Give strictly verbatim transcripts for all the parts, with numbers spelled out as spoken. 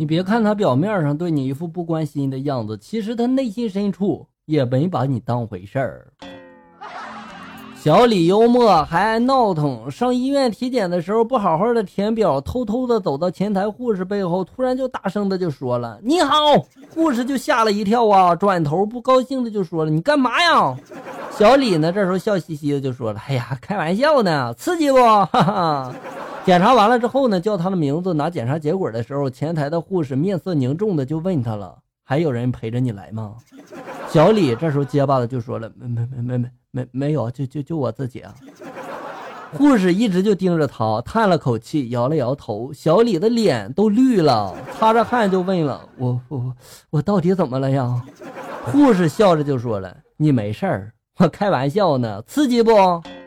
你别看他表面上对你一副不关心的样子，其实他内心深处也没把你当回事儿。小李幽默还爱闹腾，上医院体检的时候不好好的填表，偷偷的走到前台护士背后，突然就大声的就说了你好，护士就吓了一跳啊，转头不高兴的就说了你干嘛呀？小李呢这时候笑嘻嘻的就说了哎呀开玩笑呢，刺激不？哈哈。检查完了之后呢，叫他的名字拿检查结果的时候，前台的护士面色凝重的就问他了还有人陪着你来吗？小李这时候结巴的就说了没没没没没没没有，就就就我自己啊。护士一直就盯着他，叹了口气，摇了摇头。小李的脸都绿了，擦着汗就问了我我我到底怎么了呀？护士笑着就说了你没事儿，我开玩笑呢，刺激不？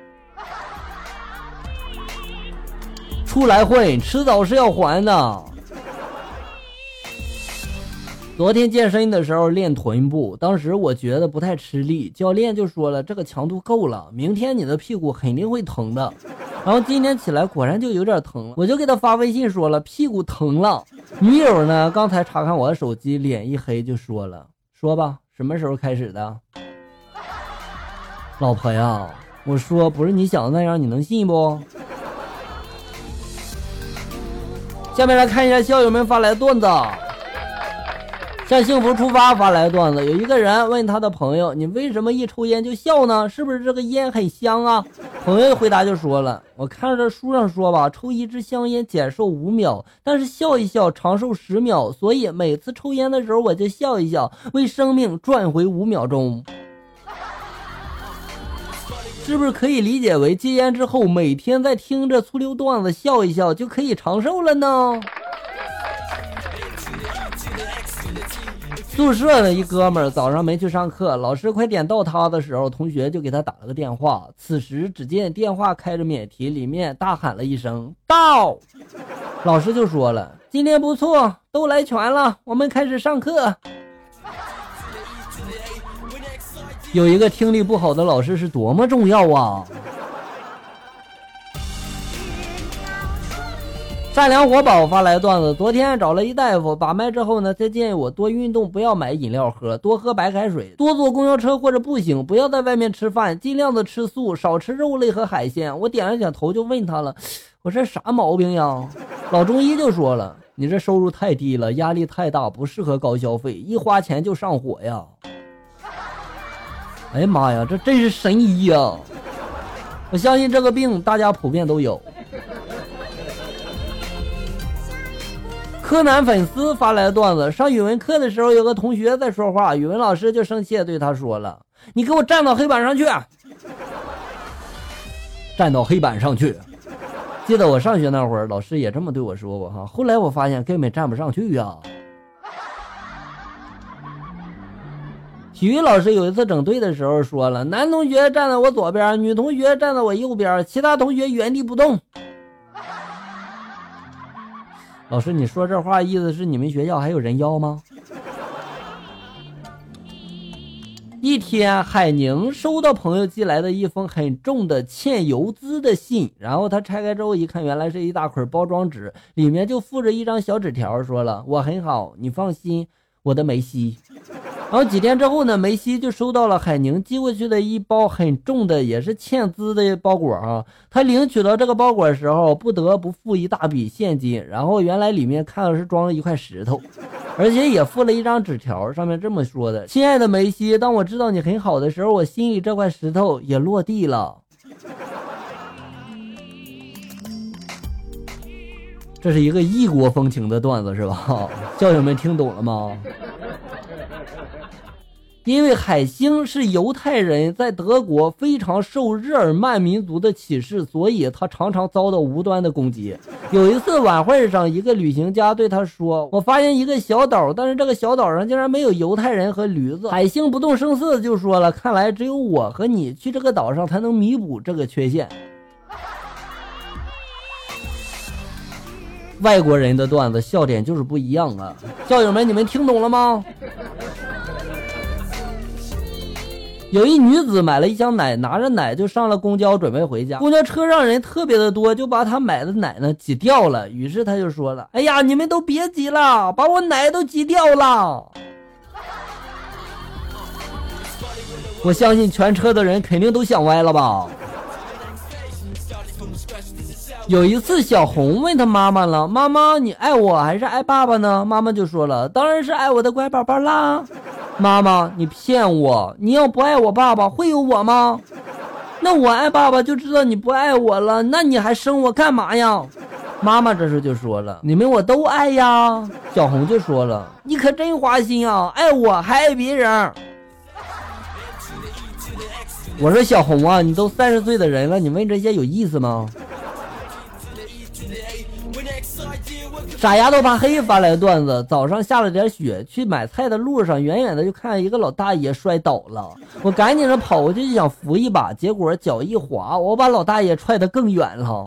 出来混迟早是要还的。昨天健身的时候练臀部，当时我觉得不太吃力，教练就说了这个强度够了，明天你的屁股肯定会疼的。然后今天起来果然就有点疼，我就给他发微信说了屁股疼了。女友呢刚才查看我的手机，脸一黑就说了说吧什么时候开始的？老婆呀，我说不是你想的那样，你能信不？下面来看一下校友们发来的段子。向幸福出发发来段子，有一个人问他的朋友你为什么一抽烟就笑呢？是不是这个烟很香啊？朋友回答就说了我看着书上说吧，抽一支香烟减寿五秒，但是笑一笑长寿十秒，所以每次抽烟的时候我就笑一笑，为生命赚回五秒钟。是不是可以理解为戒烟之后每天在听着粗溜段子笑一笑就可以长寿了呢？宿舍的一哥们儿早上没去上课，老师快点到他的时候，同学就给他打了个电话。此时只见电话开着免提，里面大喊了一声到，老师就说了今天不错，都来全了，我们开始上课。有一个听力不好的老师是多么重要啊！善良活宝发来段子，昨天找了一大夫，把脉之后呢，他建议我多运动，不要买饮料喝，多喝白开水，多坐公交车或者步行，不要在外面吃饭，尽量的吃素，少吃肉类和海鲜。我点了点头就问他了，我这啥毛病呀？老中医就说了，你这收入太低了，压力太大，不适合高消费，一花钱就上火呀。哎呀妈呀，这真是神医呀！我相信这个病大家普遍都有。柯南粉丝发来的段子，上语文课的时候有个同学在说话，语文老师就生气地对他说了，你给我站到黑板上去。站到黑板上去。记得我上学那会儿老师也这么对我说过哈，后来我发现根本站不上去呀。体育老师有一次整队的时候说了，男同学站在我左边，女同学站在我右边，其他同学原地不动。老师，你说这话意思是你们学校还有人妖吗？一天，海宁收到朋友寄来的一封很重的欠邮资的信，然后他拆开之后一看，原来是一大捆包装纸，里面就附着一张小纸条，说了我很好，你放心，我的梅西。然后几天之后呢，梅西就收到了海宁寄过去的一包很重的也是欠资的包裹啊。他领取到这个包裹的时候不得不付一大笔现金，然后原来里面看的是装了一块石头，而且也附了一张纸条，上面这么说的，亲爱的梅西，当我知道你很好的时候，我心里这块石头也落地了。这是一个异国风情的段子是吧？校友们听懂了吗？因为海星是犹太人，在德国非常受日耳曼民族的歧视，所以他常常遭到无端的攻击。有一次晚会上，一个旅行家对他说，我发现一个小岛，但是这个小岛上竟然没有犹太人和驴子。海星不动声色就说了，看来只有我和你去这个岛上才能弥补这个缺陷。外国人的段子笑点就是不一样啊，校友们你们听懂了吗？ 有一女子买了一箱奶，拿着奶就上了公交准备回家，公交车上人特别的多，就把她买的奶呢挤掉了。于是她就说了，哎呀，你们都别挤了，把我奶都挤掉了。我相信全车的人肯定都想歪了吧。有一次小红问她妈妈了，妈妈你爱我还是爱爸爸呢？妈妈就说了，当然是爱我的乖宝宝啦。妈妈你骗我，你要不爱我爸爸会有我吗？那我爱爸爸就知道你不爱我了，那你还生我干嘛呀？妈妈这时就说了，你们我都爱呀。小红就说了，你可真花心啊，爱我还爱别人。我说小红啊，你都三十岁的人了，你问这些有意思吗？傻丫头怕黑发来的段子，早上下了点雪，去买菜的路上，远远的就看见一个老大爷摔倒了，我赶紧的跑过去就想扶一把，结果脚一滑，我把老大爷踹得更远了。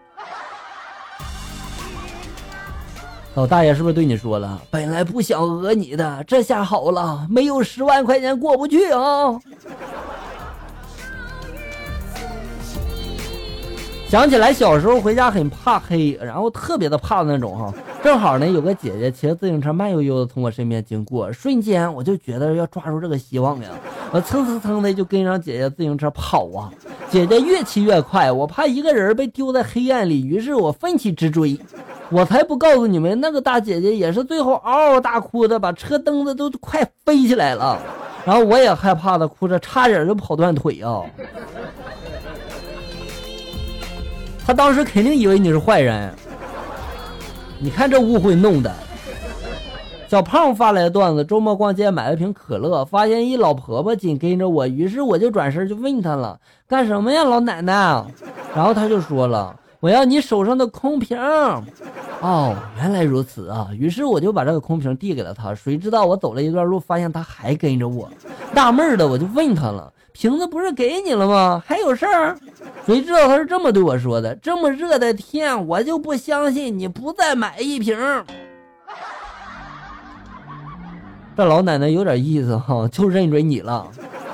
老大爷是不是对你说了，本来不想讹你的，这下好了，没有十万块钱过不去啊。想起来小时候回家很怕黑，然后特别的怕那种哈。正好呢有个姐姐骑着自行车慢悠悠的从我身边经过，瞬间我就觉得要抓住这个希望呀，我蹭蹭蹭的就跟上姐姐自行车跑啊。姐姐越骑越快，我怕一个人被丢在黑暗里，于是我奋起直追。我才不告诉你们，那个大姐姐也是最后嗷嗷大哭的，把车蹬的都快飞起来了。然后我也害怕的哭着，差点就跑断腿啊。他当时肯定以为你是坏人，你看这误会弄的。小胖发来的段子，周末逛街买了瓶可乐，发现一老婆婆紧跟着我，于是我就转身就问她了，干什么呀老奶奶？然后她就说了，我要你手上的空瓶。哦，原来如此啊！于是我就把这个空瓶递给了她，谁知道我走了一段路，发现她还跟着我，纳闷的我就问她了，瓶子不是给你了吗？还有事儿？谁知道她是这么对我说的，这么热的天，我就不相信你不再买一瓶。这老奶奶有点意思哈，就认准你了。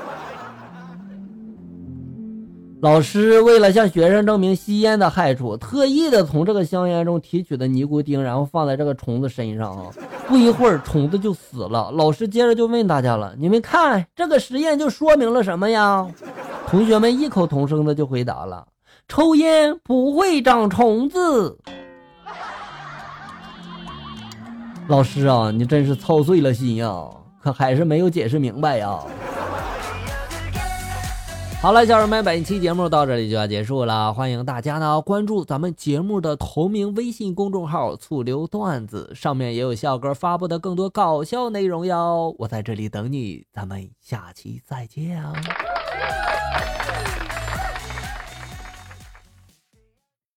老师为了向学生证明吸烟的害处，特意的从这个香烟中提取的尼古丁，然后放在这个虫子身上啊。不一会儿虫子就死了。老师接着就问大家了，你们看这个实验就说明了什么呀？同学们异口同声的就回答了，抽烟不会长虫子。老师啊，你真是操碎了心呀，可还是没有解释明白呀。好了，小人们，本期节目到这里就要结束了，欢迎大家呢关注咱们节目的同名微信公众号醋溜段子，上面也有笑哥发布的更多搞笑内容哟，我在这里等你，咱们下期再见啊。